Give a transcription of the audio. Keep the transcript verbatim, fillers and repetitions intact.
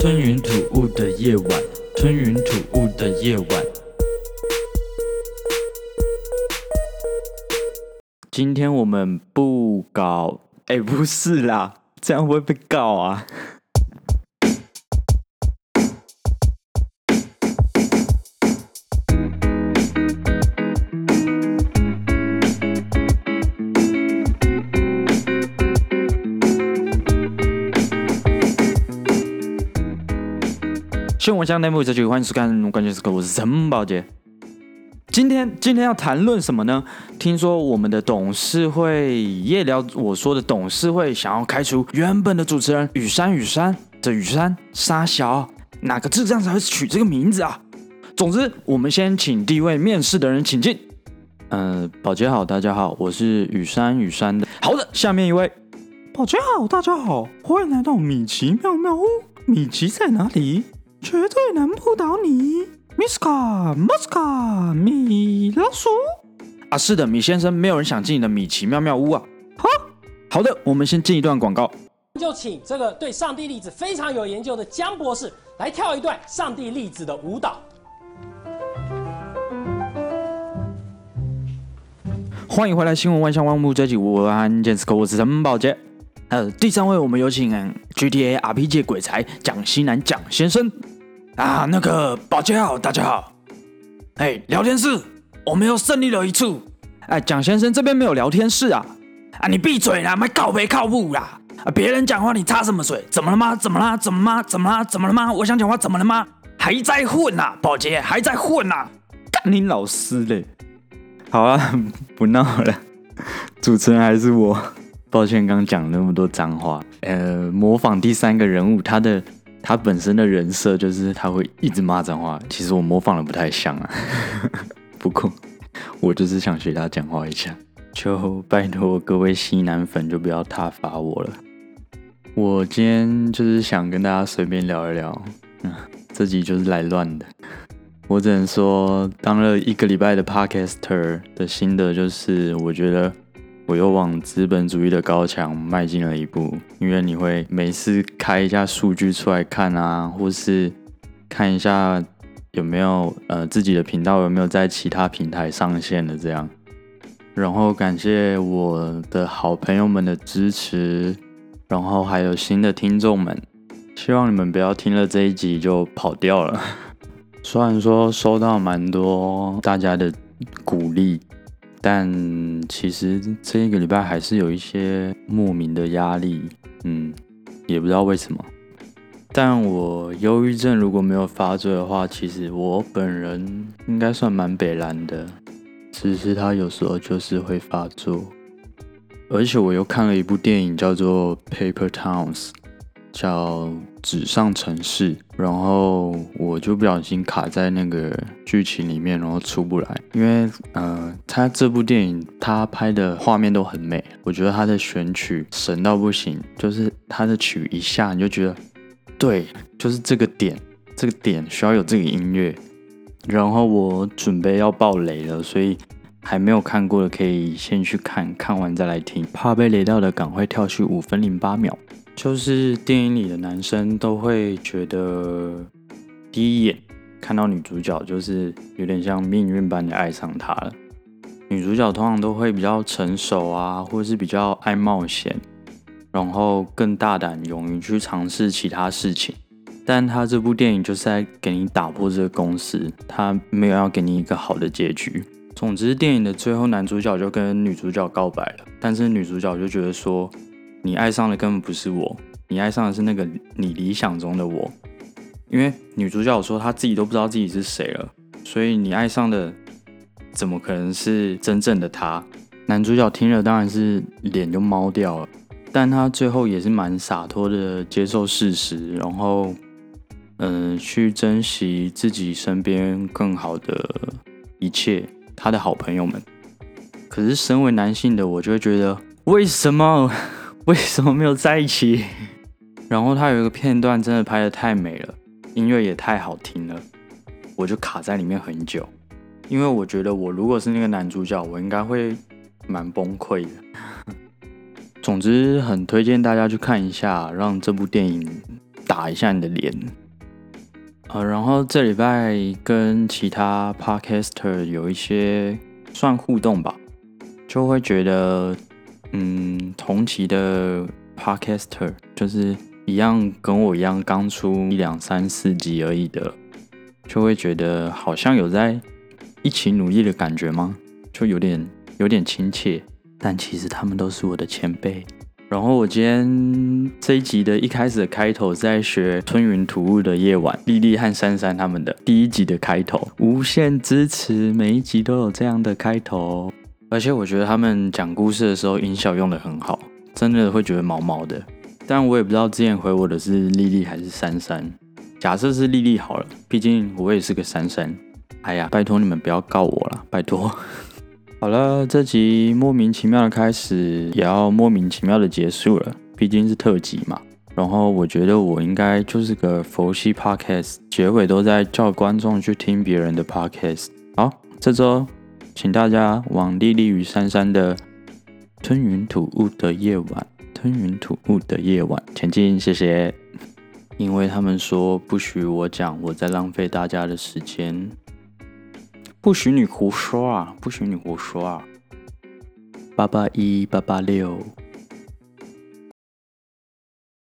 吞云吐雾的夜晚，吞云吐雾的夜晚。今天我们不搞，哎、欸，不是啦，这样会被告啊。新闻相内幕这局，欢迎收看关键时刻，我是陈宝杰。今天今天要谈论什么呢？听说我们的董事会夜聊，我说的董事会想要开除原本的主持人雨山雨山，这雨山沙小，哪个智障才会取这个名字啊？总之，我们先请第一位面试的人请进。呃，宝杰好，大家好，我是雨山雨山的。好的，下面一位。宝杰好，大家好，欢迎来到米奇妙妙屋。米奇在哪里？绝对难不倒你，米斯卡、马斯卡、米老鼠啊！是的，米先生，没有人想进你的米奇妙妙屋啊！好，好的，我们先进一段广告。 就请这个对上帝粒子非常有研究的江博士来跳一段上帝粒子的舞蹈。 欢迎回来，新闻万象万物这集，我安健斯科，我是陈宝杰。呃，第三位我们有请、嗯、G T A R P G 鬼才蒋西南蒋先生啊，那个宝杰好，大家好。哎，聊天室，我们又胜利了一次。哎，蒋先生这边没有聊天室啊！啊，你闭嘴啦，卖靠北靠步啦！啊，别人讲话你插什么水？怎么了吗？怎么啦？怎么吗？怎么啦？怎么了吗？我想讲话，怎么了吗？还在混啊，宝杰还在混啊！干你老师嘞！好啊，不闹了，主持人还是我。抱歉，刚讲了那么多脏话。呃，模仿第三个人物，他的他本身的人设就是他会一直骂脏话。其实我模仿的不太像啊，不过我就是想学他讲话一下。就拜托各位西南粉就不要挞伐我了。我今天就是想跟大家随便聊一聊，嗯，这集就是来乱的。我只能说，当了一个礼拜的 Podcaster 的心得就是，我觉得我又往资本主义的高墙迈进了一步，因为你会每次开一下数据出来看啊，或是看一下有没有呃自己的频道有没有在其他平台上线的这样，然后感谢我的好朋友们的支持，然后还有新的听众们，希望你们不要听了这一集就跑掉了。虽然说收到蛮多大家的鼓励，但其实这一个礼拜还是有一些莫名的压力，嗯，也不知道为什么。但我忧郁症如果没有发作的话，其实我本人应该算蛮北蓝的，只是他有时候就是会发作。而且我又看了一部电影叫做 Paper Towns， 叫纸上城市，然后我就不小心卡在那个剧情里面，然后出不来。因为呃，他这部电影他拍的画面都很美，我觉得他的选曲神到不行，就是他的曲一下你就觉得，对，就是这个点，这个点需要有这个音乐。然后我准备要爆雷了，所以还没有看过的可以先去看，看完再来听。怕被雷到的赶快跳去五分零八秒。就是电影里的男生都会觉得，第一眼看到女主角就是有点像命运般的爱上她了。女主角通常都会比较成熟啊，或是比较爱冒险，然后更大胆，勇于去尝试其他事情。但她这部电影就是在给你打破这个公式，她没有要给你一个好的结局。总之，电影的最后，男主角就跟女主角告白了，但是女主角就觉得说，你爱上的根本不是我，你爱上的是那个你理想中的我。因为女主角说她自己都不知道自己是谁了，所以你爱上的怎么可能是真正的他？男主角听了当然是脸就猫掉了，但他最后也是蛮洒脱的接受事实，然后嗯、呃，去珍惜自己身边更好的一切，他的好朋友们。可是身为男性的我就会觉得，为什么？为什么没有在一起？然后他有一个片段真的拍得太美了，音乐也太好听了，我就卡在里面很久。因为我觉得我如果是那个男主角，我应该会蛮崩溃的。总之很推荐大家去看一下，让这部电影打一下你的脸。呃，然后这礼拜跟其他 podcaster 有一些算互动吧，就会觉得，嗯，同期的 podcaster 就是一样跟我一样刚出一两三四集而已的，就会觉得好像有在一起努力的感觉吗？就有点有点亲切，但其实他们都是我的前辈。然后我今天这一集的一开始的开头是在学吞云吐雾的夜晚，莉莉和珊珊他们的第一集的开头，无限支持，每一集都有这样的开头。而且我觉得他们讲故事的时候音效用得很好，真的会觉得毛毛的。但我也不知道之前回我的是莉莉还是珊珊，假设是莉莉好了，毕竟我也是个珊珊。哎呀，拜托你们不要告我啦，拜托。好了，这集莫名其妙的开始，也要莫名其妙的结束了，毕竟是特辑嘛。然后我觉得我应该就是个佛系 podcast， 结尾都在叫观众去听别人的 podcast。好，这周请大家往莉莉与珊珊的吞云吐雾的夜晚，吞云吐雾的夜晚前进，谢谢。因为他们说不许我讲，我在浪费大家的时间。不许你胡说啊！不许你胡说啊！八八一八八六。